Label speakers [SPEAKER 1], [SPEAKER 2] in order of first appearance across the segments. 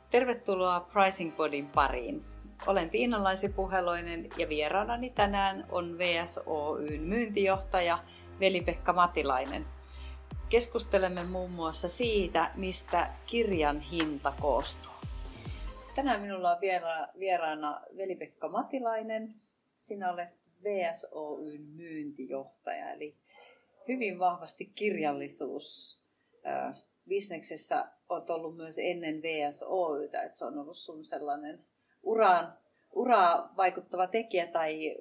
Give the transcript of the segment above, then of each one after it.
[SPEAKER 1] Tervetuloa Pricing Podin pariin. Olen Tiina Laisi-Puheloinen ja vieraanani tänään on VS Oyn myyntijohtaja Veli-Pekka Matilainen. Keskustelemme muun muassa siitä, mistä kirjan hinta koostuu. Tänään minulla on vieraana Veli-Pekka Matilainen. Sinä olet VS Oyn myyntijohtaja, eli hyvin vahvasti kirjallisuusbisneksessä olet ollut myös ennen VS Oytä, että se on ollut sun sellainen uraa vaikuttava tekijä tai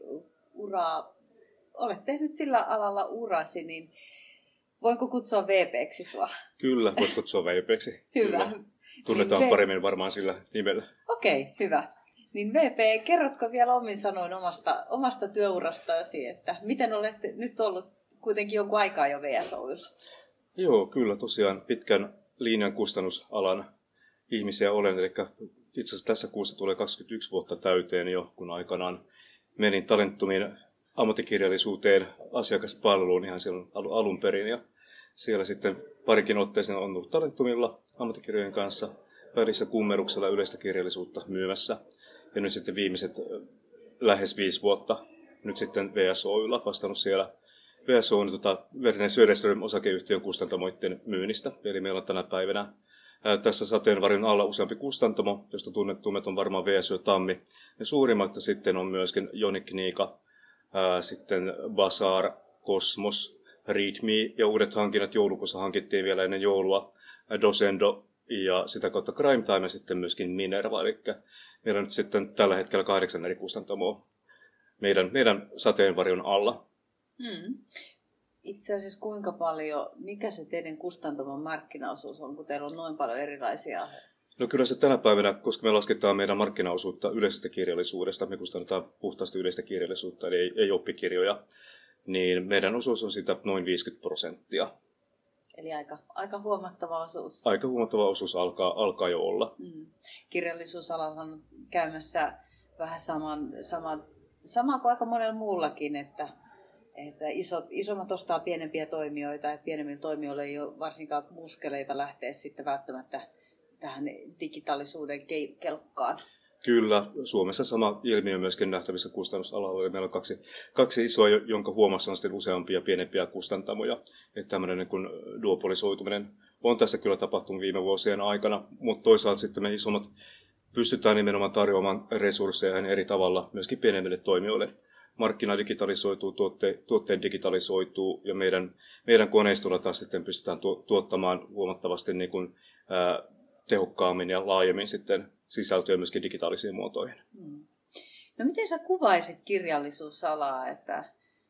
[SPEAKER 1] olet tehnyt sillä alalla urasi, niin voinko kutsua VP:ksi sua?
[SPEAKER 2] Kyllä, voit kutsua VP:ksi.
[SPEAKER 1] Hyvä.
[SPEAKER 2] Kyllä. Tunnetaan niin paremmin varmaan sillä nimellä.
[SPEAKER 1] Okei, hyvä. Niin VP, kerrotko vielä omin sanoin omasta työurastasi, että miten olette nyt ollut kuitenkin jonkun aikaa jo VS Oyllä?
[SPEAKER 2] Joo, kyllä tosiaan pitkän linjan kustannusalan ihmisiä olen, eli itse asiassa tässä kuussa tulee 21 vuotta täyteen jo, kun aikanaan menin Talentumin ammattikirjallisuuteen asiakaspalveluun ihan silloin alun perin. Ja siellä sitten parikin otteeseen on ollut Talentumilla ammattikirjojen kanssa, välissä Kummeruksella yleistä kirjallisuutta myymässä. Ja nyt sitten viimeiset lähes 5 vuotta nyt sitten VS Oyllä vastannut siellä VS Oyn Verinen Söderström osakeyhtiön kustantamoiden myynnistä. Eli meillä on tänä päivänä tässä sateenvarjon alla useampi kustantamo, josta tunnettuimmat on varmaan VSO Tammi. Ja suurimmat sitten on myöskin Joni Kniika, sitten Bazaar, Cosmos, Readme ja uudet hankinnat joulukuussa hankittiin vielä ennen joulua, Dosendo ja sitä kautta Crime Time ja sitten myöskin Minerva. Eli meillä on nyt sitten tällä hetkellä 8 eri kustantamoa meidän sateenvarjon alla.
[SPEAKER 1] Itse asiassa kuinka paljon, mikä se teidän kustantamon markkinaosuus on, kun teillä on noin paljon erilaisia?
[SPEAKER 2] No kyllä se tänä päivänä, koska me lasketaan meidän markkinaosuutta yleisestä kirjallisuudesta, me kustannetaan puhtaasti yleistä kirjallisuutta, eli ei oppikirjoja, niin meidän osuus on sitä noin 50%.
[SPEAKER 1] Eli aika huomattava osuus.
[SPEAKER 2] Aika huomattava osuus alkaa jo olla.
[SPEAKER 1] Kirjallisuusalalla on käymässä vähän sama kuin aika monella muullakin, että isommat ostaa pienempiä toimijoita, että pienemmillä toimijoilla ei ole varsinkaan muskeleita lähteä sitten välttämättä tähän digitaalisuuden kelkkaan.
[SPEAKER 2] Kyllä, Suomessa sama ilmiö on myöskin nähtävissä kustannusalalla. Meillä on kaksi isoa, jonka huomassa on sitten useampia pienempiä kustantamoja. Että tämmöinen niin kuin duopolisoituminen on tässä kyllä tapahtunut viime vuosien aikana, mutta toisaalta sitten me isommat pystytään nimenomaan tarjoamaan resursseja eri tavalla myöskin pienemmille toimijoille. Markkina digitalisoituu, tuotteet digitalisoituu ja meidän koneistolla taas sitten pystytään tuottamaan huomattavasti niin kuin, tehokkaammin ja laajemmin sitten sisältöjä myöskin digitaalisiin muotoihin.
[SPEAKER 1] No miten sä kuvaisit kirjallisuusalaa, että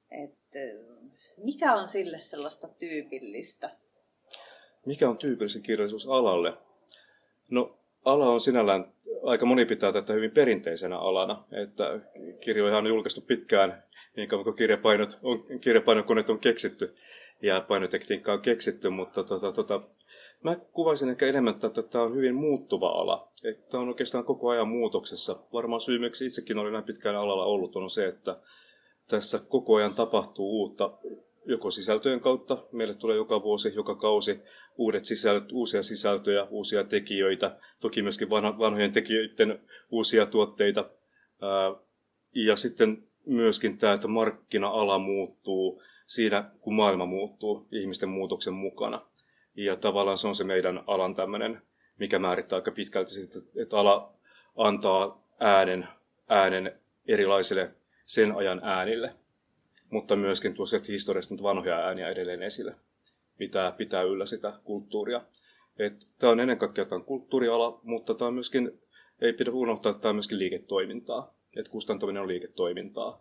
[SPEAKER 1] mikä on sille sellaista tyypillistä?
[SPEAKER 2] Mikä on tyypillistä kirjallisuusalalle? No ala on sinällään, aika moni pitää tätä hyvin perinteisenä alana, että kirjoja on julkaistu pitkään, niin kauan kuin kirjapainokoneet on keksitty ja painotekniikka on keksitty, mutta mä kuvaisin ehkä enemmän, että tämä on hyvin muuttuva ala. Tämä on oikeastaan koko ajan muutoksessa. Varmaan syy, miksi itsekin olen näin pitkään alalla ollut, on se, että tässä koko ajan tapahtuu uutta joko sisältöjen kautta. Meille tulee joka vuosi, joka kausi uudet sisällöt, uusia sisältöjä, uusia tekijöitä. Toki myöskin vanhojen tekijöiden uusia tuotteita. Ja sitten myöskin tämä, että markkina-ala muuttuu siinä, kun maailma muuttuu ihmisten muutoksen mukana. Ja tavallaan se on se meidän alan tämmöinen, mikä määrittää aika pitkälti sitä, että ala antaa äänen erilaisille sen ajan äänille. Mutta myöskin tuossa historiasta vanhoja ääniä edelleen esille, pitää yllä sitä kulttuuria. Tämä on ennen kaikkea kulttuuriala, mutta tämä on myöskin, ei pidä unohtaa, että tämä on myöskin liiketoimintaa. Että kustantaminen on liiketoimintaa.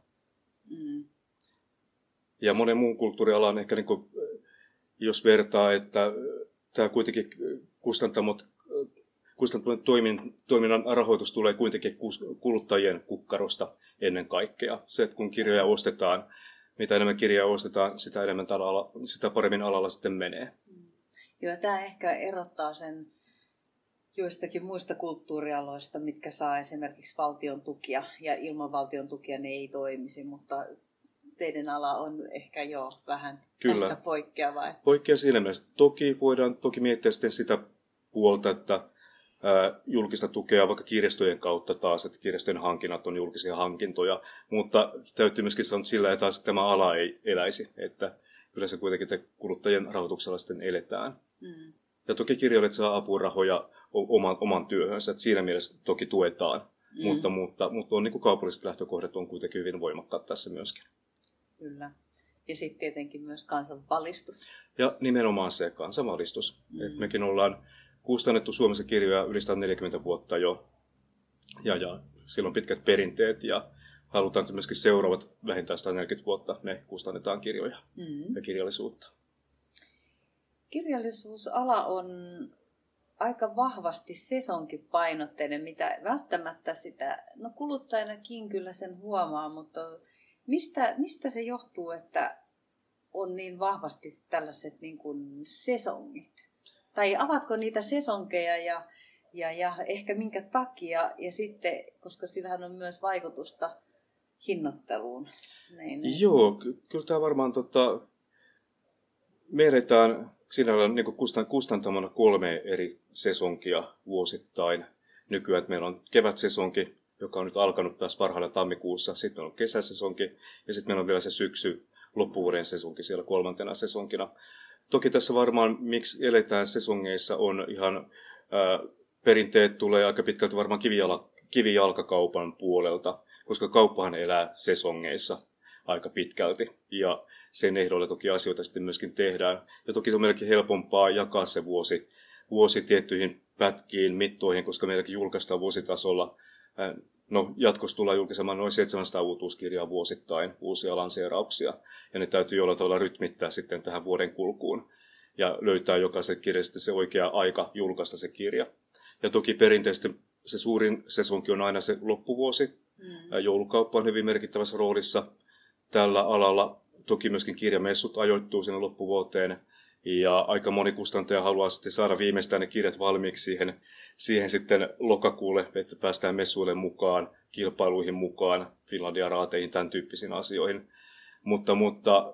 [SPEAKER 2] Ja monen muun kulttuurialan ehkä, niin kuin, jos vertaa, että tämä kuitenkin kustantamon toiminnan rahoitus tulee kuitenkin kuluttajien kukkarosta ennen kaikkea. Se, että kun kirjoja ostetaan, mitä enemmän kirjoja ostetaan, sitä paremmin alalla sitten menee.
[SPEAKER 1] Joo, tämä ehkä erottaa sen joistakin muista kulttuurialoista, mitkä saa esimerkiksi valtion tukia, ja ilman valtion tukia ne ei toimisi, mutta teidän ala on ehkä jo vähän tästä poikkeava.
[SPEAKER 2] Poikkeaa siinä mielessä. Voidaan miettiä sitten sitä puolta, että julkista tukea vaikka kirjastojen kautta taas, että kirjastojen hankinnat on julkisia hankintoja, mutta täytyy myöskin sanoa sillä, että taas tämä ala ei eläisi, että kyllä se kuitenkin kuluttajien rahoituksella sitten eletään. Mm. Ja toki kirjailijat saa apurahoja oman työhönsä, että siinä mielessä toki tuetaan, mutta on niin kuin kaupalliset lähtökohdat on kuitenkin hyvin voimakkaat tässä myöskin.
[SPEAKER 1] Kyllä. Ja sitten tietenkin myös kansanvalistus.
[SPEAKER 2] Ja nimenomaan se kansanvalistus. Et mekin ollaan kustannettu Suomessa kirjoja yli 140 vuotta jo, ja sillä on pitkät perinteet, ja halutaan, että myöskin seuraavat vähintään 140 vuotta me kustannetaan kirjoja ja kirjallisuutta.
[SPEAKER 1] Kirjallisuusala on aika vahvasti sesonkipainotteinen, mitä välttämättä sitä, no kuluttajanakin kyllä sen huomaa, mutta mistä se johtuu, että on niin vahvasti tällaiset niin kuin sesongit? Tai avatko niitä sesonkeja ja ehkä minkä takia, ja sitten, koska sillähän on myös vaikutusta hinnoitteluun. Niin.
[SPEAKER 2] Joo, kyllä tämä varmaan me eletään sinällään niin kustantamana 3 eri sesonkia vuosittain. Nykyään meillä on kevätsesonki, joka on nyt alkanut taas parhaillaan tammikuussa. Sitten meillä on kesäsesonki ja sitten meillä on vielä se loppuvuoden sesonki siellä 3. sesonkina. Toki tässä varmaan, miksi eletään sesongeissa, on ihan perinteet tulee aika pitkälti varmaan kivijalkakaupan puolelta, koska kauppahan elää sesongeissa aika pitkälti. Ja sen ehdolla toki asioita sitten myöskin tehdään. Ja toki se on melkein helpompaa jakaa se vuosi tiettyihin pätkiin, mittoihin, koska meilläkin julkaistaan vuositasolla. No, jatkossa tullaan julkaisemaan noin 700 uutuuskirjaa vuosittain, uusia lanseerauksia. Ja ne täytyy jollain tavalla rytmittää sitten tähän vuoden kulkuun. Ja löytää jokaisen kirjan sitten se oikea aika julkaista se kirja. Ja toki perinteisesti se suurin sesonki on aina se loppuvuosi. Joulukauppa on hyvin merkittävässä roolissa tällä alalla. Toki myöskin kirjamessut ajoittuu sinne loppuvuoteen. Ja aika moni kustantaja haluaa sitten saada viimeistään ne kirjat valmiiksi siihen sitten lokakuulle, että päästään messuille mukaan, kilpailuihin mukaan, Finlandia-raateihin, tämän tyyppisiin asioihin. Mutta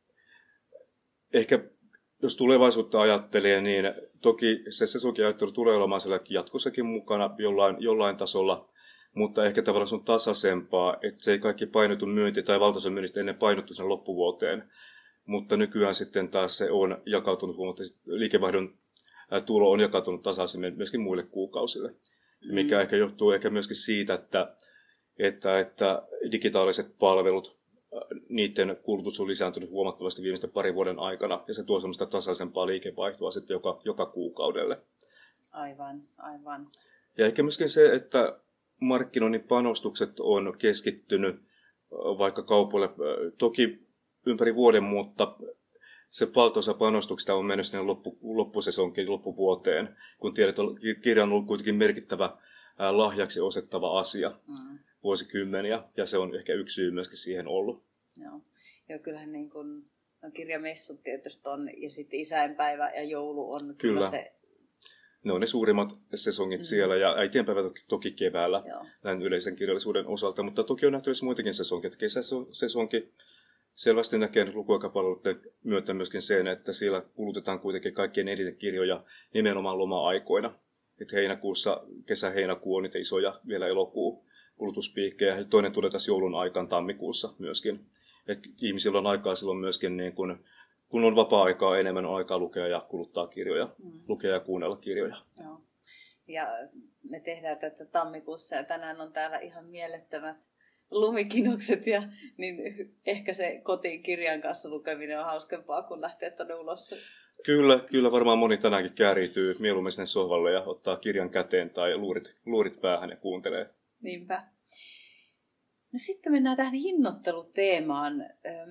[SPEAKER 2] ehkä jos tulevaisuutta ajattelee, niin toki se sesonkiajattelu tulee olemaan siellä jatkossakin mukana jollain tasolla, mutta ehkä tavallaan se on tasaisempaa, että se ei kaikki painotu myynti tai valtaosan myynnistä ennen painottu sen loppuvuoteen. Mutta nykyään sitten taas se on jakautunut huomattavasti, liikevaihdon tulo on jakautunut tasaisemmin myöskin muille kuukausille, mikä ehkä johtuu ehkä myöskin siitä, että digitaaliset palvelut, niiden kulutus on lisääntynyt huomattavasti viimeisten parin vuoden aikana, ja se tuo semmoista tasaisempaa liikevaihtoa sitten joka kuukaudelle.
[SPEAKER 1] Aivan.
[SPEAKER 2] Ja ehkä myöskin se, että markkinoinnin panostukset on keskittynyt vaikka kaupoille toki ympäri vuoden, mutta se valtaosa panostuksista on mennyt sinne loppusesonkin loppuvuoteen, kun tiedät, että kirja on ollut kuitenkin merkittävä lahjaksi osettava asia vuosikymmeniä, ja se on ehkä yksi syy myöskin siihen ollut.
[SPEAKER 1] Joo, kyllähän niin kuin, kirjamessut tietysti on, ja sitten isänpäivä ja joulu on kyllä se.
[SPEAKER 2] Ne on ne suurimmat sesongit siellä, ja äitienpäivä toki keväällä näin yleisen kirjallisuuden osalta, mutta toki on nähtävissä muitakin sesonkeja. Kesäsesonki selvästi näkee lukuaikapalveluiden myötä myöskin sen, että siellä kulutetaan kuitenkin kaikkien eniten kirjoja nimenomaan loma-aikoina. Et kesä-heinäkuu on niitä isoja, vielä elokuu kulutuspiikkejä, ja toinen tulee tässä joulun aikaan tammikuussa myöskin. Et ihmisillä on aikaa silloin myöskin, niin kun on vapaa-aikaa enemmän, on aikaa lukea ja kuluttaa kirjoja, lukea ja kuunnella kirjoja.
[SPEAKER 1] Joo. Ja me tehdään tätä tammikuussa, ja tänään on täällä ihan mielettömät lumikinokset, niin ehkä se kotiin kirjan kanssa lukeminen on hauskempaa kuin lähteä tuonne ulos.
[SPEAKER 2] Kyllä varmaan moni tänäänkin kääriytyy mieluummin sinne sohvalle ja ottaa kirjan käteen tai luurit päähän ja kuuntelee.
[SPEAKER 1] Niinpä. No sitten mennään tähän hinnoitteluteemaan.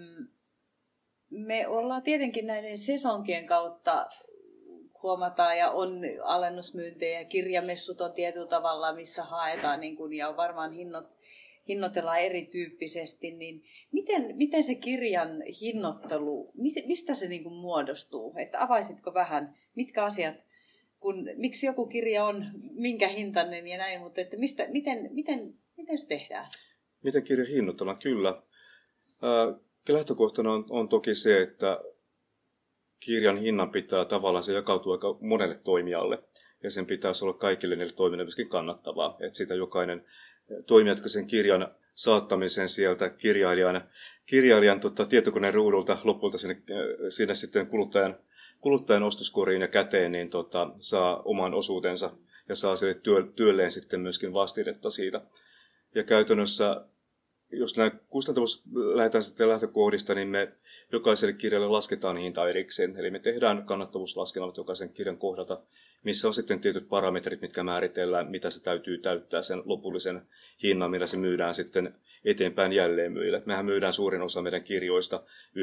[SPEAKER 1] Me ollaan tietenkin näiden sesonkien kautta huomataan ja on alennusmyyntejä ja kirjamessut on tietyllä tavalla, missä haetaan niin kuin, ja varmaan hinnoitellaan erityyppisesti, niin miten se kirjan hinnoittelu, mistä se niin kuin muodostuu? Että avaisitko vähän, mitkä asiat, miksi joku kirja on minkä hintainen ja näin, mutta että miten se tehdään?
[SPEAKER 2] Miten kirja hinnoitellaan? Kyllä. Lähtökohtana on toki se, että kirjan hinnan pitää tavallaan se jakautua aika monelle toimijalle. ja sen pitäisi olla kaikille niille toimijoille myöskin kannattavaa. Että sitä jokainen toimija, jotka sen kirjan saattamisen sieltä kirjailijan tietokoneen ruudulta lopulta sinne sitten kuluttajan ostoskoriin ja käteen, niin saa oman osuutensa ja saa sille työlleen sitten myöskin vastinetta siitä. Ja käytännössä, jos nämä kustannus lähdetään sitten lähtökohdista, niin me jokaiselle kirjalle lasketaan hinta erikseen. Eli me tehdään kannattavuuslaskelmat jokaisen kirjan kohdalta, missä on sitten tietyt parametrit, mitkä määritellään, mitä se täytyy täyttää sen lopullisen hinnan, millä se myydään sitten eteenpäin jälleenmyyjille. Mehän myydään suurin osa meidän kirjoista,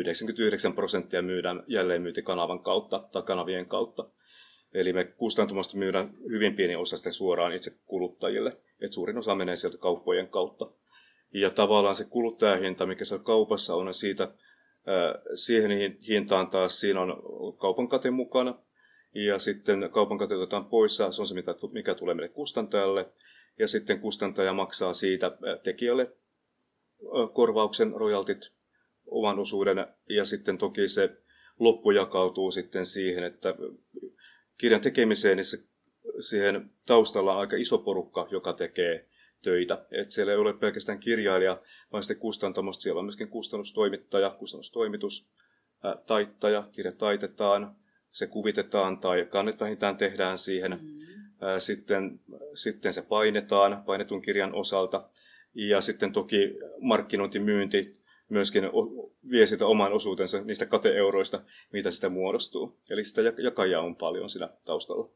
[SPEAKER 2] 99% myydään jälleenmyyntikanavan kautta tai kanavien kautta. Eli me kustantumasta myydään hyvin pieni osa sitten suoraan itse kuluttajille, että suurin osa menee sieltä kauppojen kautta. Ja tavallaan se kuluttajahinta, mikä siellä kaupassa on, siihen hintaan taas siinä on kaupan kate mukana. Ja sitten kaupan kate otetaan pois, se on se, mikä tulee meille kustantajalle. Ja sitten kustantaja maksaa siitä tekijälle korvauksen, royaltit, oman osuuden. Ja sitten toki se loppu jakautuu sitten siihen, että kirjan tekemiseen niin siihen taustalla on aika iso porukka, joka tekee töitä. Et siellä ei ole pelkästään kirjailija, vaan sitten kustantamosta. Siellä on myöskin kustannustoimittaja, kustannustoimitus, taittaja, kirja taitetaan, se kuvitetaan tai kannet vähintään tehdään siihen. Sitten se painetun kirjan osalta. Ja sitten toki markkinointimyynti myöskin vie sitä oman osuutensa niistä kateeuroista, mitä sitä muodostuu. Eli sitä jakajaa on paljon siinä taustalla.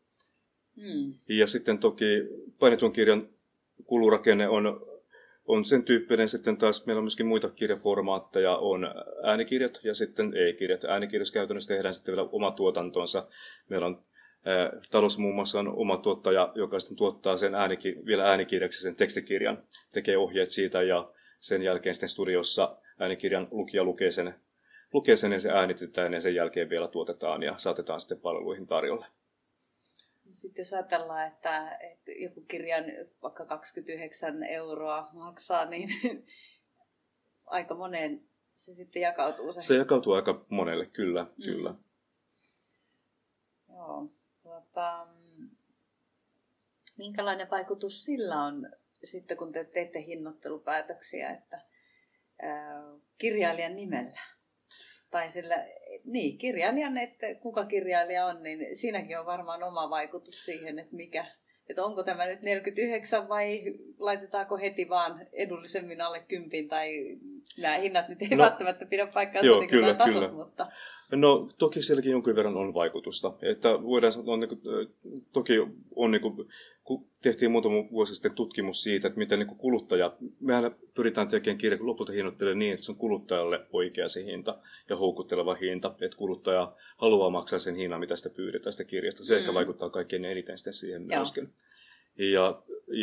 [SPEAKER 2] Ja sitten toki painetun kirjan kulurakenne on sen tyyppinen. Sitten taas meillä on myöskin muita kirjaformaatteja, on äänikirjat ja sitten e-kirjat. Äänikirjassa käytännössä tehdään sitten vielä oma tuotantonsa. Meillä on talossa muun muassa on oma tuottaja, joka sitten tuottaa sen vielä äänikirjaksi sen tekstikirjan, tekee ohjeet siitä ja sen jälkeen sitten studiossa äänikirjan lukija lukee sen ja se äänitetään ja sen jälkeen vielä tuotetaan ja saatetaan sitten palveluihin tarjolle.
[SPEAKER 1] Sitten jos ajatellaan, että joku kirjan vaikka 29 € maksaa, niin aika moneen se sitten jakautuu.
[SPEAKER 2] Se jakautuu aika monelle, kyllä. Kyllä.
[SPEAKER 1] Joo. Minkälainen vaikutus sillä on sitten, kun te teette hinnoittelupäätöksiä, että kirjailijan nimellä? Tai sillä, niin, kirjailijan, että kuka kirjailija on, niin siinäkin on varmaan oma vaikutus siihen, että onko tämä nyt 49 vai laitetaanko heti vaan edullisemmin alle 10 tai nämä hinnat nyt ei välttämättä pidä paikkaansa
[SPEAKER 2] joo,
[SPEAKER 1] niin
[SPEAKER 2] kyllä,
[SPEAKER 1] tasot,
[SPEAKER 2] kyllä.
[SPEAKER 1] Mutta...
[SPEAKER 2] No toki sielläkin jonkin verran on vaikutusta. Että voidaan sanoa, toki on kun tehtiin muutama vuosi sitten tutkimus siitä, että miten kuluttaja, mehän pyritään tekemään kirja lopulta hinnoittelemaan niin, että se on kuluttajalle oikea se hinta ja houkutteleva hinta, että kuluttaja haluaa maksaa sen hinnan, mitä sitä pyydetään sitä kirjasta. Se ehkä vaikuttaa kaikkein eniten sitten siihen myöskin. Ja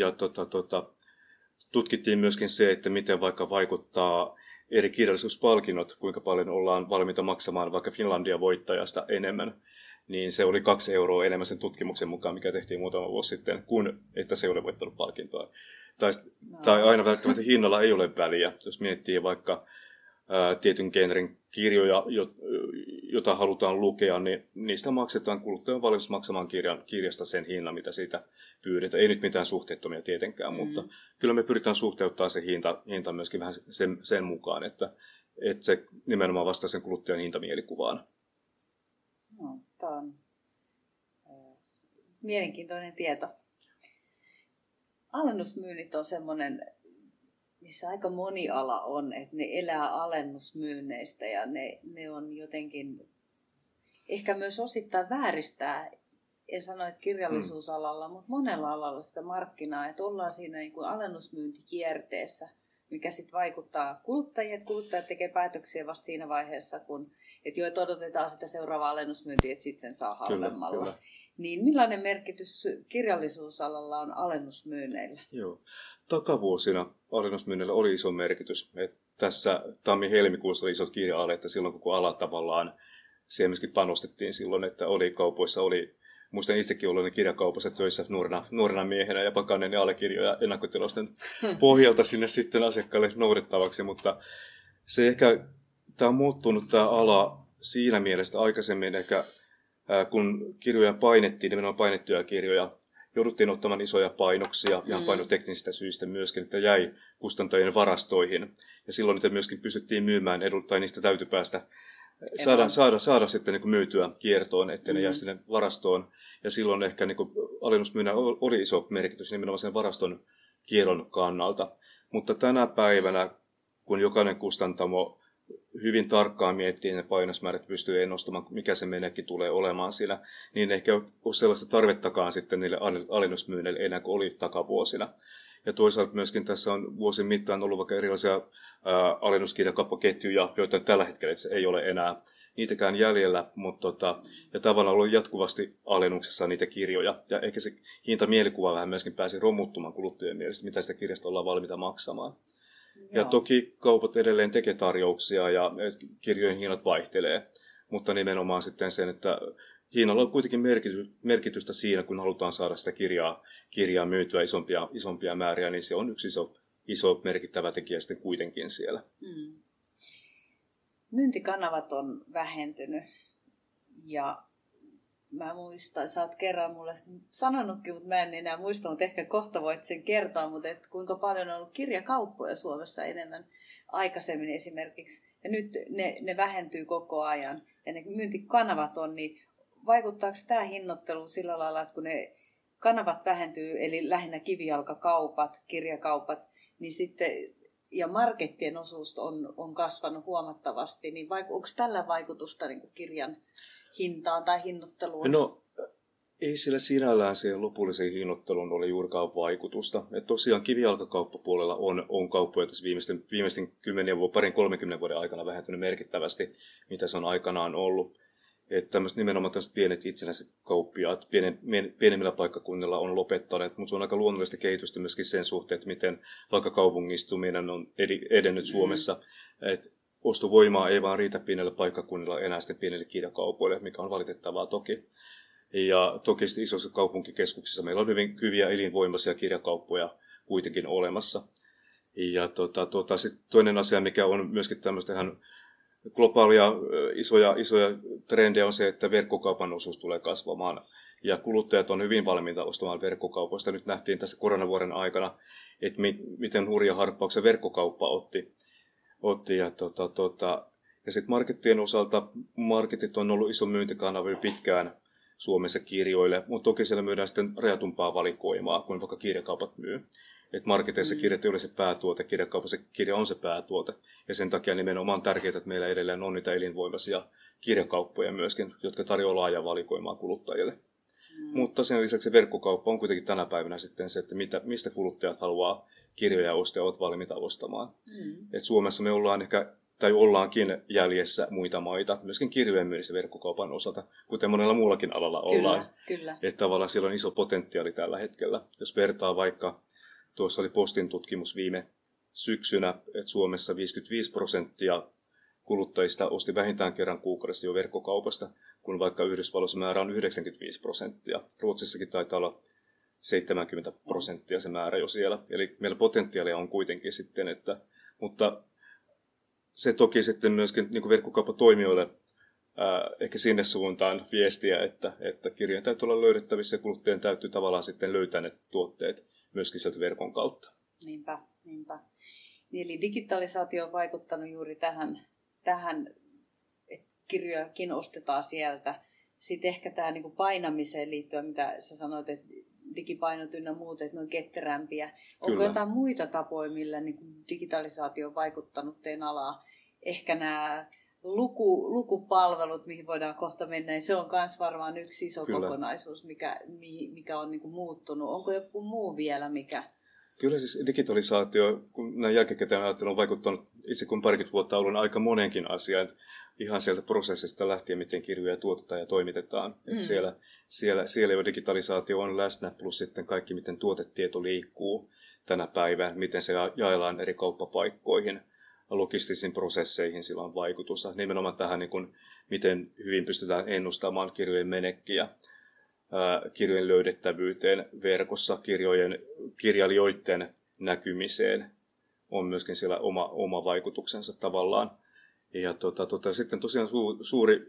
[SPEAKER 2] tutkittiin myöskin se, että miten vaikka vaikuttaa eri kirjallisuuspalkinnot, kuinka paljon ollaan valmiita maksamaan vaikka Finlandia-voittajasta enemmän, niin se oli 2 € enemmän sen tutkimuksen mukaan, mikä tehtiin muutama vuosi sitten, kuin että se ei ole voittanut palkintoa. Tai aina välttämättä hinnalla ei ole väliä. Jos miettii vaikka tietyn genren kirjoja, jota halutaan lukea, niin niistä maksetaan, kuluttaja on valmis maksamaan kirjasta sen hinnan, mitä siitä pyydetään. Ei nyt mitään suhteettomia tietenkään, mutta kyllä me pyritään suhteuttaa se hinta myöskin vähän sen mukaan, että se nimenomaan vastaa sen kuluttajan hintamielikuvaan.
[SPEAKER 1] No, tämä on mielenkiintoinen tieto. Alennusmyynnit on semmoinen, missä aika moni ala on, että ne elää alennusmyynneistä ja ne on jotenkin ehkä myös osittain vääristää, en sano, että kirjallisuusalalla, mutta monella alalla sitä markkinaa, että ollaan siinä niin kuin alennusmyyntikierteessä, mikä sitten vaikuttaa kuluttajien, että kuluttajat tekee päätöksiä vasta siinä vaiheessa, että odotetaan sitä seuraavaa alennusmyyntiä, että sitten sen saa halvemmalla. Kyllä. Niin millainen merkitys kirjallisuusalalla on alennusmyynneillä?
[SPEAKER 2] Joo. Takavuosina alennusmyynneillä oli iso merkitys. Että tässä tammi-helmikuussa oli isot kirja-alet, että silloin koko ala tavallaan, siihen myöskin panostettiin silloin, että oli kaupoissa, muistan itsekin olleeni kirjakaupassa töissä nuorena miehenä ja pakanneen allekirjoja ennakkotilosten pohjalta sinne sitten asiakkaille noudettavaksi, mutta se ehkä, tämä on muuttunut tämä ala siinä mielessä aikaisemmin ehkä kun kirjoja painettiin, nimenomaan painettuja kirjoja, jouduttiin ottamaan isoja painoksia, ihan painoteknisistä syistä myöskin, että jäi kustantajien varastoihin. Ja silloin niitä myöskin pystyttiin myymään, tai niistä täytyy päästä, saada sitten niin kuin myytyä kiertoon, ettei ne jää sinne varastoon. Ja silloin ehkä niin kuin alennusmyynnä oli iso merkitys nimenomaan sen varaston kierron kannalta. Mutta tänä päivänä, kun jokainen kustantamo hyvin tarkkaan miettii ne painosmäärät, pystyy ennustamaan, mikä se menekki tulee olemaan siinä, niin ehkä ole sellaista tarvettakaan sitten niille alennusmyynneille enää kuin oli takavuosina. Ja toisaalta myöskin tässä on vuosien mittaan ollut vaikka erilaisia alennuskirjakauppaketjuja, joita tällä hetkellä ei ole enää niitäkään jäljellä, mutta ja tavallaan on ollut jatkuvasti alennuksessa niitä kirjoja. Ja ehkä se hintamielikuva vähän myöskin pääsi romuttumaan kuluttajien mielestä, mitä sitä kirjasta ollaan valmiita maksamaan. Ja toki kaupat edelleen tekee tarjouksia ja kirjojen hinnat vaihtelee, mutta nimenomaan sitten sen, että hinnalla on kuitenkin merkitystä siinä, kun halutaan saada sitä kirjaa myytyä isompia määriä, niin se on yksi iso merkittävä tekijä sitten kuitenkin siellä.
[SPEAKER 1] Myyntikanavat on vähentynyt ja mä muistan, sä oot kerran mulle sanonutkin, mutta mä en enää muista, mutta ehkä kohta voit sen kertoa, mutta et kuinka paljon on ollut kirjakauppoja Suomessa enemmän aikaisemmin esimerkiksi. Ja nyt ne vähentyy koko ajan ja ne myyntikanavat on, niin vaikuttaako tämä hinnoittelu sillä lailla, että kun ne kanavat vähentyy, eli lähinnä kivijalkakaupat, kirjakaupat, niin sitten ja markettien osuus on kasvanut huomattavasti, niin onko tällä vaikutusta niin kuin kirjan hintaan tai hinnoitteluun?
[SPEAKER 2] No, ei sillä sinällään siihen lopulliseen hinnoitteluun ole juurikaan vaikutusta. Et tosiaan kivijalkakauppapuolella on kauppoja tässä viimeisten 30 vuoden aikana vähentynyt merkittävästi, mitä se on aikanaan ollut. Että nimenomaan tämmöiset pienet itsenäiset kauppiaat pienemmillä paikkakunnilla on lopettaneet, mutta se on aika luonnollista kehitystä myöskin sen suhteen, että miten vaikka kaupungistuminen on edennyt Suomessa. Että ostovoimaa ei vaan riitä pienellä paikkakunnilla enää sitten pienille kirjakaupoille, mikä on valitettavaa toki. Ja toki sitten isoissa kaupunkikeskuksissa meillä on hyvin hyviä elinvoimaisia kirjakauppoja kuitenkin olemassa. Ja sitten toinen asia, mikä on myöskin tämmöistä ihan globaalia isoja trendejä on se, että verkkokaupan osuus tulee kasvamaan. Ja kuluttajat on hyvin valmiita ostamaan verkkokaupoista. Nyt nähtiin tässä koronavuoden aikana, että miten hurja harppauksen verkkokauppa otti. Ja sitten markettien osalta marketit on ollut iso myyntikanava pitkään Suomessa kirjoille, mutta toki siellä myydään sitten rajatumpaa valikoimaa, kuin vaikka kirjakaupat myy. Että marketeissa kirjat ei ole se päätuote, kirjakaupassa kirja on se päätuote. Ja sen takia nimenomaan on tärkeää, että meillä edelleen on niitä elinvoimaisia kirjakauppoja myöskin, jotka tarjoaa laajaa valikoimaa kuluttajille. Mutta sen lisäksi verkkokauppa on kuitenkin tänä päivänä sitten se, että mistä kuluttajat haluaa kirjoja ostaa ja ovat valmiita ostamaan. Et Suomessa me ollaan ehkä, tai ollaankin jäljessä muita maita, myöskin kirjojen myynnissä verkkokaupan osalta, kuten monella muullakin alalla ollaan.
[SPEAKER 1] Kyllä.
[SPEAKER 2] Että tavallaan siellä on iso potentiaali tällä hetkellä. Jos vertaa vaikka, tuossa oli Postin tutkimus viime syksynä, että Suomessa 55% kuluttajista osti vähintään kerran kuukaudessa jo verkkokaupasta, kun vaikka Yhdysvalloissa määrä on 95%. Ruotsissakin taitaa olla 70% se määrä jo siellä. Eli meillä potentiaalia on kuitenkin sitten, mutta se toki sitten myöskin niin kuin verkkokauppatoimijoille ehkä sinne suuntaan viestiä, että kirjojen täytyy olla löydettävissä ja kuluttajien täytyy tavallaan sitten löytää ne tuotteet myöskin sieltä verkon kautta.
[SPEAKER 1] Niinpä. Niin, eli digitalisaatio on vaikuttanut juuri tähän että kirjojakin ostetaan sieltä. Sitten ehkä tämä niin kuin painamiseen liittyen, mitä sä sanoit, että digipainot ynnä muut, että ne on ketterämpiä. Onko jotain muita tapoja, millä niin kuin digitalisaatio on vaikuttanut teidän alaa? Ehkä nämä lukupalvelut, mihin voidaan kohta mennä, niin se on myös varmaan yksi iso kokonaisuus, mikä on niin kuin muuttunut. Onko joku muu vielä, mikä?
[SPEAKER 2] Kyllä siis digitalisaatio, kun näin jälkikäteen ajattelen, on vaikuttanut itse kun parikymmentä vuotta ollut aika monenkin asiaan. Ihan sieltä prosessista lähtien, miten kirjoja tuotetaan ja toimitetaan. Siellä jo digitalisaatio on läsnä, plus sitten kaikki, miten tuotetieto liikkuu tänä päivänä, miten se jaellaan eri kauppapaikkoihin, logistisiin prosesseihin sillä on vaikutusta. Nimenomaan tähän, niin kuin, miten hyvin pystytään ennustamaan kirjojen menekkiä, kirjojen löydettävyyteen verkossa, kirjailijoiden näkymiseen on myöskin siellä oma vaikutuksensa tavallaan. Ja sitten tosiaan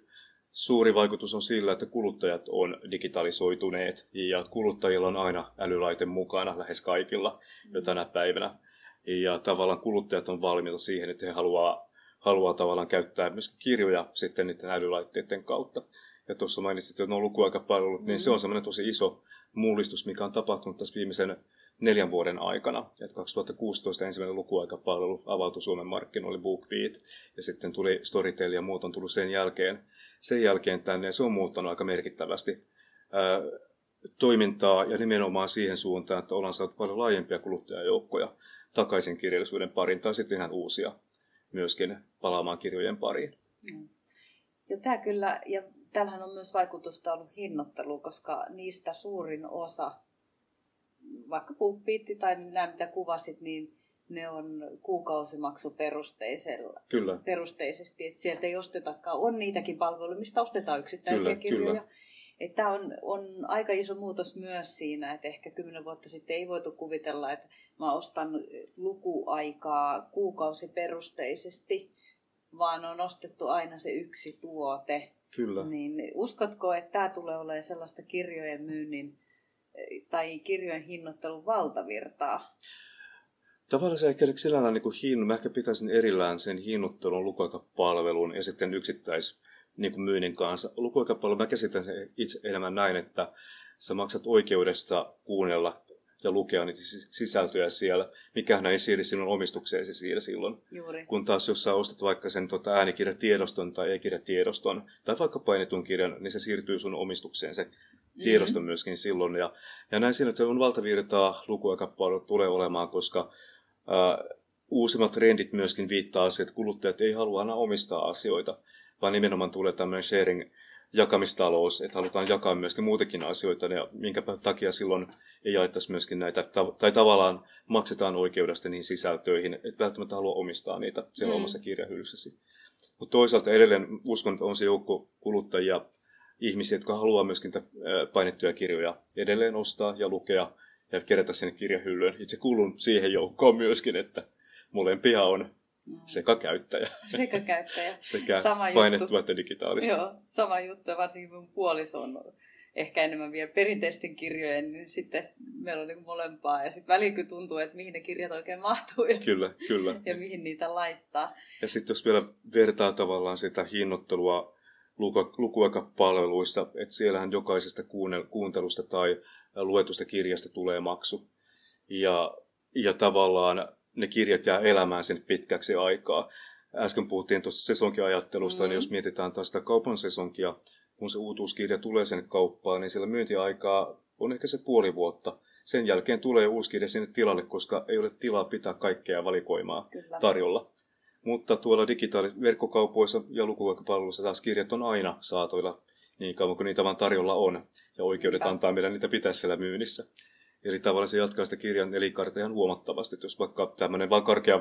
[SPEAKER 2] suuri vaikutus on sillä, että kuluttajat on digitalisoituneet ja kuluttajilla on aina älylaite mukana lähes kaikilla jo tänä päivänä. Ja tavallaan kuluttajat on valmiita siihen, että he haluaa tavallaan käyttää myös kirjoja sitten niiden älylaitteiden kautta. Ja tuossa mainitsit, että nuo lukuaikapalvelut, niin se on semmoinen tosi iso mullistus, mikä on tapahtunut tässä viimeisen 4 vuoden aikana. Et 2016 ensimmäinen lukuaikapalvelu avautui Suomen markkinoille, BookBeat, ja sitten tuli Storytel ja muut on tullut sen jälkeen tänne, ja se on muuttanut aika merkittävästi toimintaa ja nimenomaan siihen suuntaan, että ollaan saatu paljon laajempia kuluttajajoukkoja takaisin kirjallisuuden pariin, tai sitten ihan uusia myöskin palaamaan kirjojen pariin.
[SPEAKER 1] Ja tämä kyllä, ja tällähän on myös vaikutusta ollut hinnoitteluun, koska niistä suurin osa, vaikka BookBeat tai nämä mitä kuvasit, niin ne on kuukausimaksuperusteisesti, että sieltä ei ostetakaan. On niitäkin palveluja, mistä ostetaan yksittäisiä kirjoja. Tämä on aika iso muutos myös siinä, että ehkä 10 vuotta sitten ei voitu kuvitella, että mä ostan lukuaikaa kuukausiperusteisesti, vaan on ostettu aina se yksi tuote.
[SPEAKER 2] Kyllä.
[SPEAKER 1] Niin uskotko, että tämä tulee olemaan sellaista kirjojen myynnin tai kirjojen hinnoittelun valtavirtaa?
[SPEAKER 2] Tavallaan se ei käydä sillä lailla mä ehkä pitäisin erillään sen hinnoittelun, lukuaikapalvelun ja sitten myynnin kanssa. Lukuaikapalvelu, mä käsitän sen itse enemmän näin, että sä maksat oikeudesta kuunnella ja lukea niitä sisältöjä siellä. Mikähän ei siirry sinun omistukseesi siellä silloin.
[SPEAKER 1] Juuri.
[SPEAKER 2] Kun taas jos sä ostat vaikka sen äänikirjatiedoston tai e-kirjatiedoston tai vaikka painetun kirjan, niin se siirtyy sun omistukseen se tiedoston myöskin silloin. Ja näin siinä, että on valtavirtaa lukuaikapalvelu tulee olemaan, koska uusimmat trendit myöskin viittaa siihen, että kuluttajat ei halua aina omistaa asioita, vaan nimenomaan tulee tämmöinen sharing-jakamistalous, että halutaan jakaa myöskin muutakin asioita, ja minkä takia silloin ei jaettaisi myöskin näitä, tai tavallaan maksetaan oikeudesta niihin sisältöihin, että välttämättä halua omistaa niitä siellä omassa kirjahyllyssäsi. Mutta toisaalta edelleen uskon, että on se joukko kuluttajia, ihmisiä, jotka haluaa myöskin painettuja kirjoja edelleen ostaa ja lukea ja kerätä sinne kirjahyllyyn. Itse kuulun siihen joukkoon myöskin, että molempia on sekakäyttäjä. Sekä sama painettua että digitaalista.
[SPEAKER 1] Joo, sama juttu. Varsinkin mun puoliso on ehkä enemmän vielä perinteisten kirjojen, niin sitten meillä on niin molempaa. Ja sitten väliin tuntuu, että mihin ne kirjat oikein mahtuu.
[SPEAKER 2] Kyllä.
[SPEAKER 1] Ja mihin niitä laittaa.
[SPEAKER 2] Ja sitten jos vielä vertaa tavallaan sitä hinnoittelua lukuaikapalveluissa, että siellähän jokaisesta kuuntelusta tai luetusta kirjasta tulee maksu. Ja tavallaan ne kirjat jää elämään sen pitkäksi aikaa. Äsken puhuttiin tuosta sesonkiajattelusta, niin jos mietitään taas sitä kaupan sesonkia, kun se uutuuskirja tulee sen kauppaan, niin siellä myyntiaikaa on ehkä se 0,5 vuotta. Sen jälkeen tulee uusi kirja sinne tilalle, koska ei ole tilaa pitää kaikkea valikoimaa tarjolla. Mutta tuolla verkkokaupoissa ja lukuaikapalveluissa taas kirjat on aina saatoilla niin kauan kuin niitä vaan tarjolla on. Ja oikeudet antaa meidän niitä pitää siellä myynnissä. Eli tavallaan se jatkaa sitä kirjan elinkaarta ihan huomattavasti. Että jos vaikka tämmöinen vaan karkea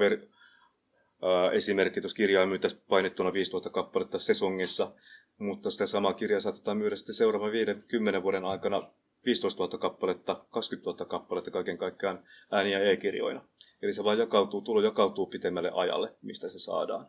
[SPEAKER 2] esimerkki, jos kirjaa myytäisiin painettuna 5000 kappaletta sesongissa, mutta sitä samaa kirjaa saatetaan myydä sitten seuraavan 5-10 vuoden aikana 15 000 kappaletta, 20 000 kappaletta kaiken kaikkiaan ääni- ja e-kirjoina. Eli se vaan tulo jakautuu pitemmälle ajalle, mistä se saadaan.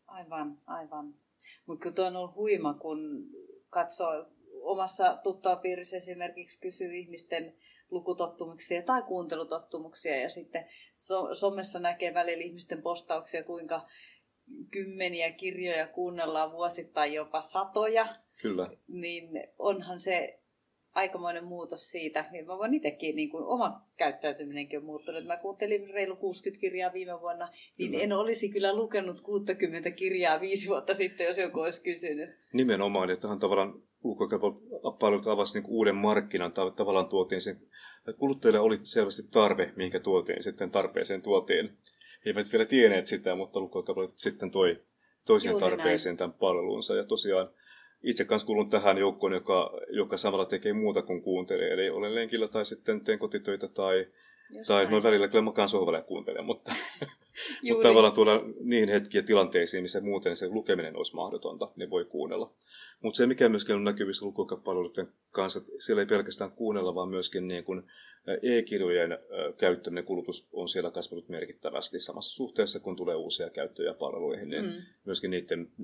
[SPEAKER 1] Aivan. Mutta kyllä tuo on ollut huima, kun katsoo omassa tuttavapiirissä esimerkiksi kysyy ihmisten lukutottumuksia tai kuuntelutottumuksia ja sitten somessa näkee välillä ihmisten postauksia, kuinka kymmeniä kirjoja kuunnellaan vuosittain, jopa satoja.
[SPEAKER 2] Kyllä.
[SPEAKER 1] Niin onhan se aikamoinen muutos siitä. Mä voin itsekin, niin kuin oma käyttäytyminenkin on muuttunut. Mä kuuntelin reilu 60 kirjaa viime vuonna, niin kyllä. En olisi kyllä lukenut 60 kirjaa 5 vuotta sitten, jos joku olisi kysynyt.
[SPEAKER 2] Nimenomaan, että tähän tavallaan lukuaikapalvelut avasi niin uuden markkinan. Tavallaan tuotiin sen, kuluttajille oli selvästi tarve, minkä tuotiin, sitten tarpeeseen tuotiin. He eivät vielä tienneet sitä, mutta lukuaikapalvelut sitten toi toisen tarpeeseen tämän palvelunsa. Ja tosiaan itse kanssa kuulun tähän joukkoon, joka samalla tekee muuta kuin kuuntelee. Eli olen lenkillä tai sitten teen kotitöitä tai noin välillä kyllä makaan sohvalle ja kuuntelen. Mutta tavallaan tuolla niin hetkiä tilanteisiin, missä muuten se lukeminen olisi mahdotonta, ne voi kuunnella. Mutta se, mikä myöskin on näkyvissä lukuaikapalveluiden kanssa, siellä ei pelkästään kuunnella, vaan myöskin niin kuin e-kirjojen käyttöinen kulutus on siellä kasvanut merkittävästi samassa suhteessa, kun tulee uusia käyttöjä palveluihin, niin myöskin niiden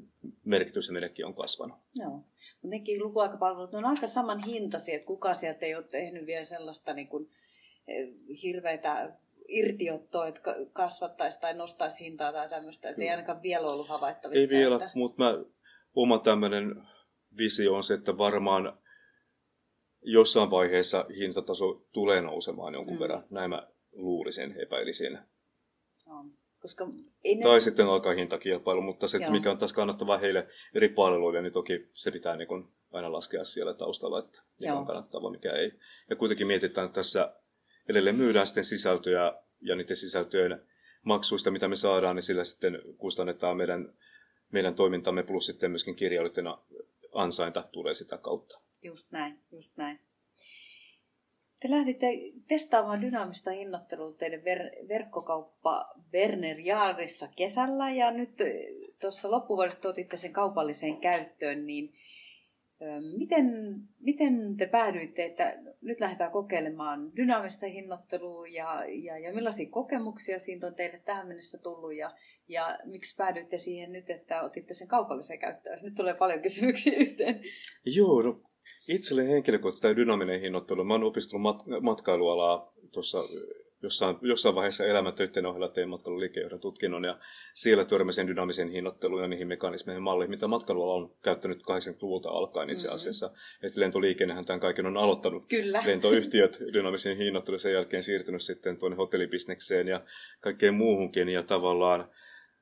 [SPEAKER 2] merkitys ja menekki on kasvanut.
[SPEAKER 1] Joo. Mutta nekin lukuaikapalvelut on aika saman hintaisia, että kukaan sieltä ei ole tehnyt vielä sellaista niin kuin hirveitä irtiottoa, että kasvattaisi tai nostaisi hintaa tai tämmöistä, että ei ainakaan vielä ollut havaittavissa.
[SPEAKER 2] Ei vielä, mutta oma tämmöinen visio on se, että varmaan jossain vaiheessa hintataso tulee nousemaan jonkun verran. Näin mä luulisin, epäilisin.
[SPEAKER 1] Koska
[SPEAKER 2] tai sitten alkaa hintakilpailu, mutta se, että mikä on taas kannattavaa heille eri palveluille, niin toki se pitää niin kuin aina laskea siellä taustalla, että mikä on kannattavaa, mikä ei. Ja kuitenkin mietitään, että tässä edelleen myydään sitten sisältöjä ja niiden sisältöjen maksuista, mitä me saadaan, niin sillä sitten kustannetaan meidän toimintamme plus sitten myöskin kirjailijoiden ansainta tulee sitä kautta.
[SPEAKER 1] Just näin, just näin. Te lähditte testaamaan dynaamista hinnoittelua teidän verkkokauppa Werner Jaarissa kesällä ja nyt tuossa loppuvuodesta otitte sen kaupalliseen käyttöön, niin miten te päädyitte, että nyt lähdetään kokeilemaan dynaamista hinnoittelua ja millaisia kokemuksia siitä on teille tähän mennessä tullut ja miksi päädyitte siihen nyt, että otitte sen kaupalliseen käyttöön? Nyt tulee paljon kysymyksiä yhteen.
[SPEAKER 2] Joo, no itselle henkilökohtaisesti tämä dynaaminen hinnoittelu. Mä oon opiskellut matkailualaa tuossa jossain vaiheessa elämäntöiden ohella tein matkailuliikkeenjohdon tutkinnon ja siellä törmäsin dynaamisen hinnoitteluun ja niihin mekanismeihin malleihin, mitä matkailuala on käyttänyt 80-luvulta alkaen itse asiassa. Että lentoliikennehän tämän kaiken on aloittanut.
[SPEAKER 1] Kyllä.
[SPEAKER 2] Lentoyhtiöt dynaamisen hinnoittelun sen jälkeen siirtynyt sitten tuonne hotellibisnekseen ja kaikkeen muuhunkin ja tavallaan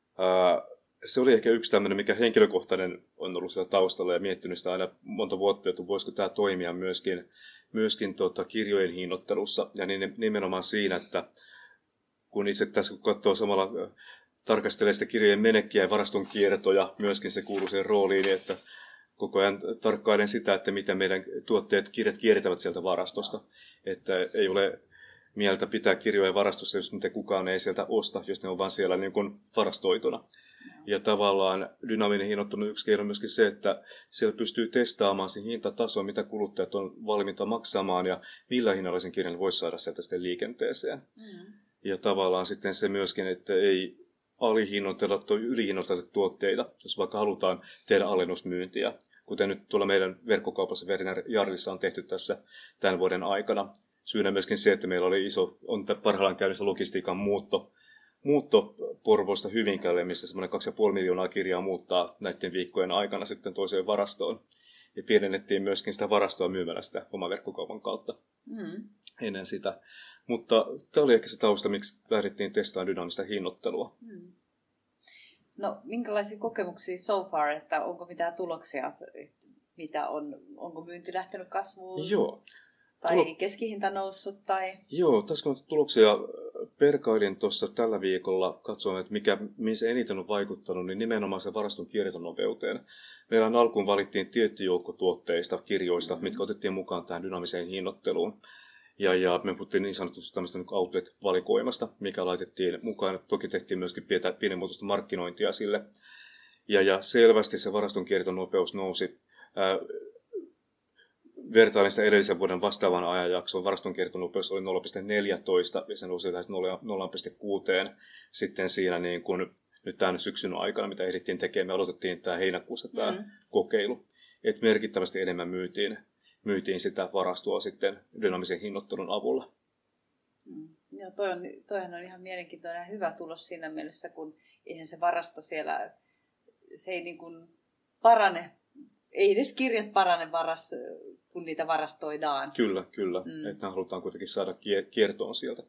[SPEAKER 2] se oli ehkä yksi tämmöinen, mikä henkilökohtainen on ollut siellä taustalla ja miettinyt sitä aina monta vuotta, että voisiko tämä toimia myöskin kirjojen hinnoittelussa. Ja nimenomaan siinä, että kun itse tässä katsoo samalla, tarkastelee sitä kirjojen menekkiä ja varaston kiertoja, myöskin se kuuluu siihen rooliin, että koko ajan tarkkailen sitä, että miten meidän kirjat kiertävät sieltä varastosta. Että ei ole mieltä pitää kirjoja varastossa, jos niitä kukaan ei sieltä osta, jos ne on vaan siellä niin kuin varastoituna. Ja tavallaan dynaaminen hinnoittelu yksi keino on myöskin se, että siellä pystyy testaamaan sen hintatason, mitä kuluttajat on valmiita maksamaan ja millä hinnalla sen kirjan voisi saada sieltä sitten liikenteeseen. Ja tavallaan sitten se myöskin, että ei alihinnoitella tai ylihinnoitella tuotteita, jos vaikka halutaan tehdä alennusmyyntiä. Kuten nyt tuolla meidän verkkokaupassa Werner Jaarissa on tehty tässä tämän vuoden aikana. Syynä myöskin se, että meillä oli on parhaillaan käynnissä logistiikan muutto Porvoosta Hyvinkäälle, missä semmoinen 2,5 miljoonaa kirjaa muuttaa näiden viikkojen aikana sitten toiseen varastoon. Ja pienennettiin myöskin sitä varastoa myymällä sitä oman verkkokaupan kautta ennen sitä. Mutta tämä oli ehkä se tausta, miksi lähdettiin testaamaan dynaamista hinnoittelua.
[SPEAKER 1] No, minkälaisia kokemuksia so far, että onko mitään tuloksia, onko myynti lähtenyt kasvuun?
[SPEAKER 2] Joo.
[SPEAKER 1] Tai keskihinta noussut? Tai...
[SPEAKER 2] Joo, tässä kun tuloksia perkailin tuossa tällä viikolla, katsoin, että missä eniten on vaikuttanut, niin nimenomaan se varaston kiertonopeuteen. Meillä alkuun valittiin tietty joukko tuotteista, kirjoista, mitkä otettiin mukaan tähän dynaamiseen hinnoitteluun. Ja me puhuttiin niin sanotusti tämmöistä niin outlet-valikoimasta, mikä laitettiin mukaan. Toki tehtiin myöskin pienimuotoista markkinointia sille. Ja selvästi se varaston kiertonopeus nousi. Vertailin sitä edellisen vuoden vastaavan ajanjaksoon. Varaston kiertonopeus oli 0,14 ja se nousi lähes 0,6 sitten siinä niin kuin nyt tämän syksyn aikana, mitä ehdittiin tekemään. Me aloitettiin tämä heinäkuussa tämä kokeilu, että merkittävästi enemmän myytiin sitä varastoa sitten dynaamisen hinnoittelun avulla.
[SPEAKER 1] Joo, toihan on ihan mielenkiintoinen ja hyvä tulos siinä mielessä, kun eihän se varasto siellä, se ei niin kuin parane, ei edes kirjat parane kun niitä varastoidaan.
[SPEAKER 2] Kyllä. Että halutaan kuitenkin saada kiertoon sieltä.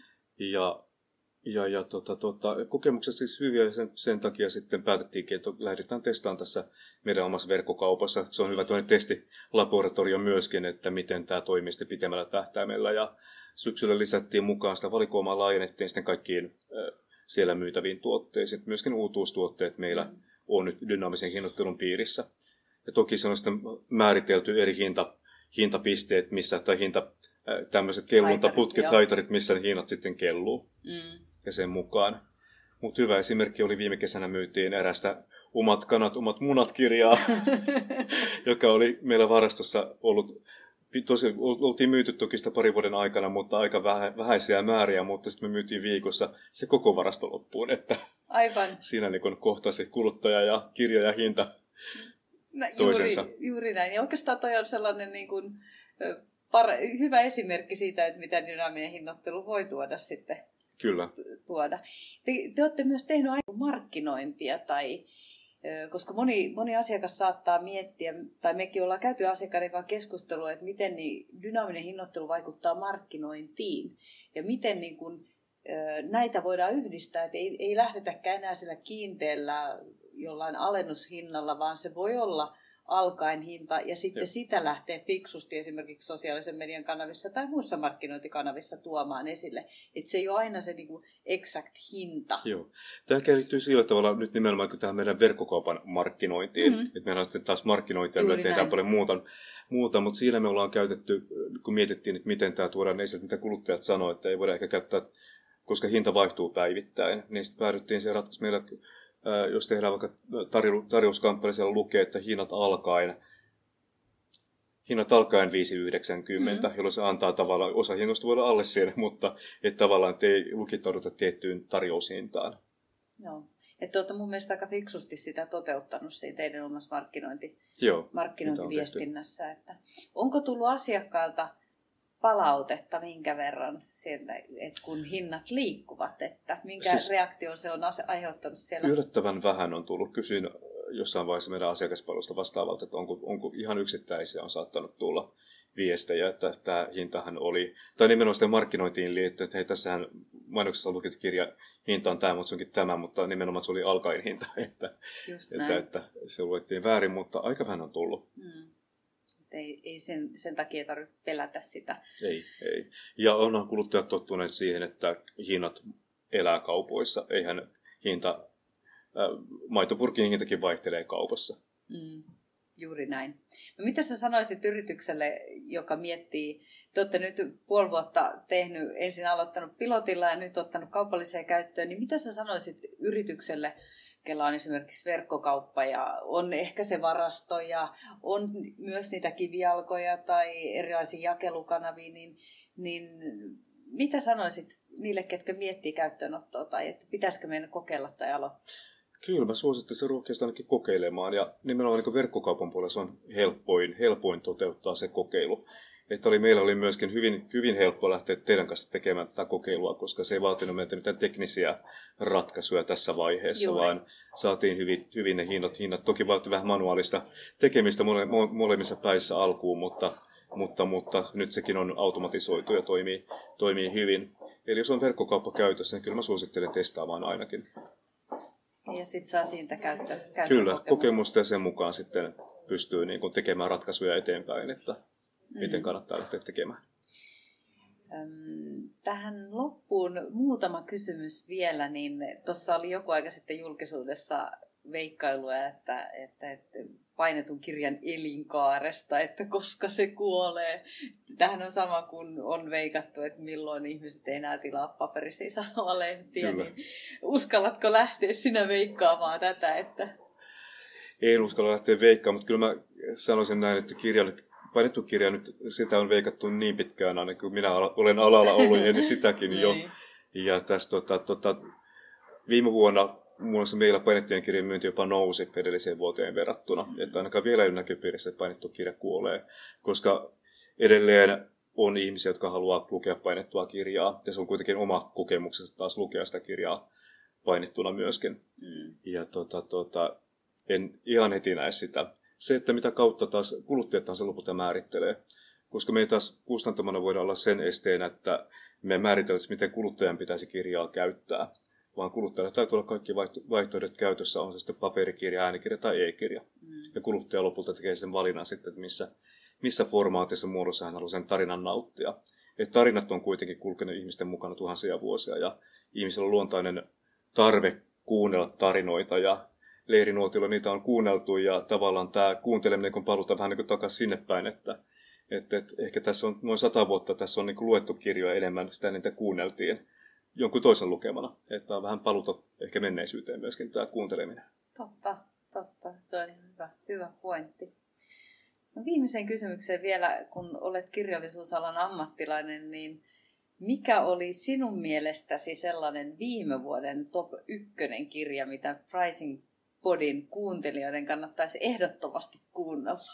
[SPEAKER 2] Kokemukset siis hyviä ja sen takia sitten päätettiinkin, että lähdetään testaamaan tässä meidän omassa verkkokaupassa. Se on hyvä toinen testilaboratorio myöskin, että miten tämä toimii sitten pitemmällä tähtäimellä. Ja syksyllä lisättiin mukaan sitä valikoimaa, laajennettiin sitten kaikkiin siellä myytäviin tuotteisiin. Myöskin uutuustuotteet meillä on nyt dynaamisen hinnoittelun piirissä. Ja toki se on sitten määritelty eri hintapisteet, tai tämmöiset kelluntaputket, haitarit, missä ne hinnat sitten kelluu. Ja sen mukaan. Mutta hyvä esimerkki oli viime kesänä myytiin erästä Omat kanat, omat munat -kirjaa, joka oli meillä varastossa ollut. Oltiin myyty toki sitä parin vuoden aikana, mutta aika vähäisiä määriä, mutta sitten me myytiin viikossa se koko varasto loppuun. Että
[SPEAKER 1] aivan.
[SPEAKER 2] Siinä niin kohtasi kuluttaja ja kirja ja hinta toisensa.
[SPEAKER 1] Juuri näin. Ja oikeastaan toi on sellainen niin kuin, hyvä esimerkki siitä, että mitä dynaaminen hinnoittelu voi tuoda sitten.
[SPEAKER 2] Kyllä.
[SPEAKER 1] Te olette myös tehnyt markkinointia, koska moni asiakas saattaa miettiä, tai mekin ollaan käyty asiakkaiden kanssa keskustelua, että miten dynaaminen hinnoittelu vaikuttaa markkinointiin ja miten niin kuin, näitä voidaan yhdistää, että ei lähdetäkään enää sillä kiinteällä jollain alennushinnalla, vaan se voi olla alkaen hinta ja sitten sitä lähtee fiksusti esimerkiksi sosiaalisen median kanavissa tai muissa markkinointikanavissa tuomaan esille. Että se ei ole aina se niinku exact hinta.
[SPEAKER 2] Joo. Tämä liittyy sillä tavalla nyt nimenomaan tähän meidän verkkokaupan markkinointiin. Että meillä on sitten taas markkinointia, me tehdään paljon muuta, mutta siinä me ollaan käytetty, kun mietittiin, että miten tämä tuodaan esille, mitä kuluttajat sanoo, että ei voida ehkä käyttää, koska hinta vaihtuu päivittäin, niin sitten päädyttiin siihen ratkaisuun meillä, jos tehdään vaikka tarjouskampanja, siellä lukee, että hinnat alkaen 5,90, jolloin se antaa tavallaan, osa hinnoista voi olla alle siinä, mutta että tavallaan että ei lukittauduta tiettyyn tarjoushintaan.
[SPEAKER 1] Joo. Että olette mun mielestä aika fiksusti sitä toteuttanut siinä teidän omassa markkinointiviestinnässä. Että onko tullut asiakkailta palautetta minkä verran sieltä, että kun hinnat liikkuvat, että minkä reaktio se on aiheuttanut siellä?
[SPEAKER 2] Yllättävän vähän on tullut. Kysyin jossain vaiheessa meidän asiakaspalvelusta vastaavalta, että onko ihan yksittäisiä on saattanut tulla viestejä, että tämä hintahan oli, tai nimenomaan sitä markkinointiin liittyen, että hei, tässähän mainoksessa luki, että kirja hinta on tämä, mutta se onkin tämä, mutta nimenomaan se oli alkain hinta, että se luettiin väärin, mutta aika vähän on tullut.
[SPEAKER 1] Ei sen takia tarvitse pelätä sitä.
[SPEAKER 2] Ei. Ja onhan kuluttajat tottuneet siihen, että hinnat elää kaupoissa. Eihän maitopurkin hintakin vaihtelee kaupassa.
[SPEAKER 1] Juuri näin. No mitä sä sanoisit yritykselle, joka miettii, te olette nyt puoli vuotta tehnyt, ensin aloittanut pilotilla ja nyt ottanut kaupalliseen käyttöön, niin mitä sä sanoisit yritykselle, kellä on esimerkiksi verkkokauppa ja on ehkä se varasto ja on myös niitä kivijalkoja tai erilaisia jakelukanavia, niin mitä sanoisit niille, ketkä miettii käyttöönottoa tai että pitäisikö meidän kokeilla tai aloittaa?
[SPEAKER 2] Kyllä, mä suosittelisin rohkeasti ainakin kokeilemaan ja nimenomaan niin verkkokaupan puolella se on helpoin toteuttaa se kokeilu. Että meillä oli myöskin hyvin helppo lähteä teidän kanssa tekemään tätä kokeilua, koska se ei vaatinut meiltä mitään teknisiä ratkaisuja tässä vaiheessa, vaan saatiin hyvin ne hinnat. Toki vaati vähän manuaalista tekemistä molemmissa päissä alkuun, mutta nyt sekin on automatisoitu ja toimii hyvin. Eli jos on verkkokauppa käytössä, niin kyllä mä suosittelen testaamaan ainakin.
[SPEAKER 1] Ja sitten saa siitä
[SPEAKER 2] Kyllä, kokemusta ja sen mukaan sitten pystyy niin kuin tekemään ratkaisuja eteenpäin, että miten kannattaa lähteä tekemään.
[SPEAKER 1] Tähän loppuun muutama kysymys vielä, niin tuossa oli joku aika sitten julkisuudessa veikkailua, että painetun kirjan elinkaaresta, että koska se kuolee. Tämähän on sama kuin on veikattu, että milloin ihmiset ei enää tilaa paperisia sanomalehtiä, niin uskallatko lähteä sinä veikkaamaan tätä? Että...
[SPEAKER 2] En uskalla lähteä veikkaamaan, mutta kyllä mä sanoisin näin, että painettu kirja nyt, sitä on veikattu niin pitkään aina, kun minä olen alalla ollut ennen sitäkin jo. Ja tässä viime vuonna muun muassa meillä painettujen kirjan myynti jopa nousi edelliseen vuoteen verrattuna. Että ainakaan vielä ei ole näköpiirissä, että painettu kirja kuolee, koska edelleen on ihmisiä, jotka haluaa lukea painettua kirjaa. Ja se on kuitenkin oma kokemuksesta taas lukea sitä kirjaa painettuna myöskin. Ja en ihan heti näe sitä. Se, että mitä kautta taas kuluttajat taas lopulta määrittelee. Koska me ei taas kustantamana voida olla sen esteenä, että me määriteltäisiin, miten kuluttajan pitäisi kirjaa käyttää. Vaan kuluttajalla täytyy olla kaikki vaihtoehdot käytössä, on se sitten paperikirja, äänikirja tai e-kirja. Ja kuluttaja lopulta tekee sen valinnan sitten, että missä formaatissa muodossa hän haluaa sen tarinan nauttia. Et tarinat on kuitenkin kulkenut ihmisten mukana tuhansia vuosia ja ihmisillä on luontainen tarve kuunnella tarinoita ja leirinuotilla niitä on kuunneltu ja tavallaan tämä kuunteleminen, kun palutaan vähän niin kuin takaisin sinne päin, että ehkä tässä on noin 100 vuotta tässä on niin kuin luettu kirjoja enemmän, sitä niitä kuunneltiin jonkun toisen lukemana. Että on vähän paluta ehkä menneisyyteen myöskin tämä kuunteleminen.
[SPEAKER 1] Totta. Tuo on hyvä pointti. No viimeiseen kysymykseen vielä, kun olet kirjallisuusalan ammattilainen, niin mikä oli sinun mielestäsi sellainen viime vuoden top 1 kirja, mitä Pricing Podin kuuntelijoiden kannattaisi ehdottomasti kuunnella?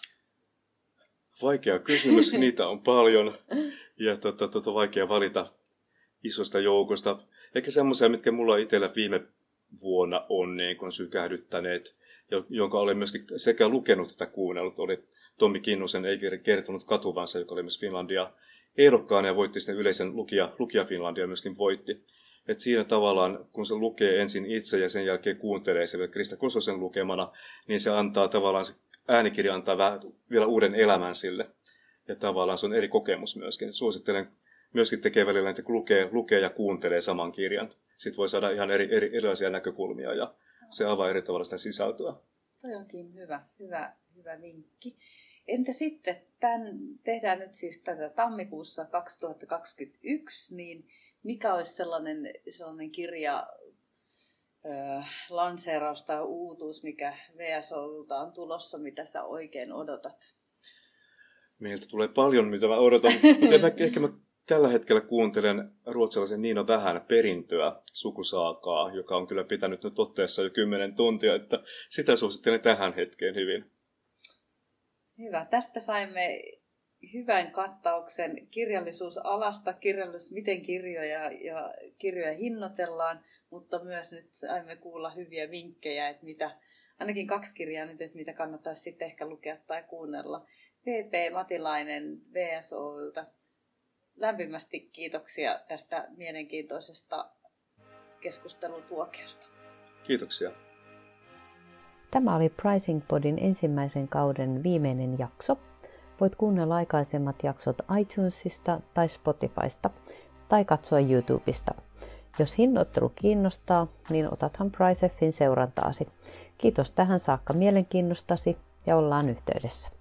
[SPEAKER 2] Vaikea kysymys, niitä on paljon ja vaikea valita isosta joukosta. Ehkä semmoisia, mitkä mulla itsellä viime vuonna on niin kun sykähdyttäneet, jonka olen myöskin sekä lukenut että kuunnellut, oli Tommi Kinnusen Ei kertonut katuvansa, joka oli myös Finlandia ehdokkaana ja voitti sitten yleisen Lukija Finlandia myöskin voitti. Et siinä tavallaan, kun se lukee ensin itse ja sen jälkeen kuuntelee se Krista Kososen lukemana, niin se antaa tavallaan, se äänikirja antaa vielä uuden elämän sille. Ja tavallaan se on eri kokemus myöskin. Suosittelen myöskin tekee välillä, että kun lukee ja kuuntelee saman kirjan. Sitten voi saada ihan erilaisia näkökulmia ja se avaa eri tavalla sitä sisältöä.
[SPEAKER 1] Toi onkin hyvä vinkki. Entä sitten, tehdään nyt siis tätä tammikuussa 2021, niin mikä olisi sellainen kirja, lanseeraus tai uutuus, mikä VSO:lta on tulossa, mitä sä oikein odotat?
[SPEAKER 2] Meiltä tulee paljon, mitä mä odotan, mutta ehkä mä tällä hetkellä kuuntelen ruotsalaisen Niina Vähän Perintöä, Sukusaakaa, joka on kyllä pitänyt nyt otteessa jo 10 tuntia, että sitä suosittelen tähän hetkeen hyvin.
[SPEAKER 1] Hyvä. Tästä saimme hyvän kattauksen kirjallisuusalasta, miten kirjoja hinnoitellaan, mutta myös nyt saimme kuulla hyviä vinkkejä, että ainakin 2 kirjaa nyt, että mitä kannattaisi sitten ehkä lukea tai kuunnella. P.P. Matilainen VSO:lta. Lämpimästi kiitoksia tästä mielenkiintoisesta keskustelutuokiosta.
[SPEAKER 2] Kiitoksia.
[SPEAKER 3] Tämä oli Pricing Podin ensimmäisen kauden viimeinen jakso. Voit kuunnella aikaisemmat jaksot iTunesista tai Spotifysta tai katsoa YouTubesta. Jos hinnoittelu kiinnostaa, niin otathan PriceFin seurantaasi. Kiitos tähän saakka mielenkiinnostasi ja ollaan yhteydessä.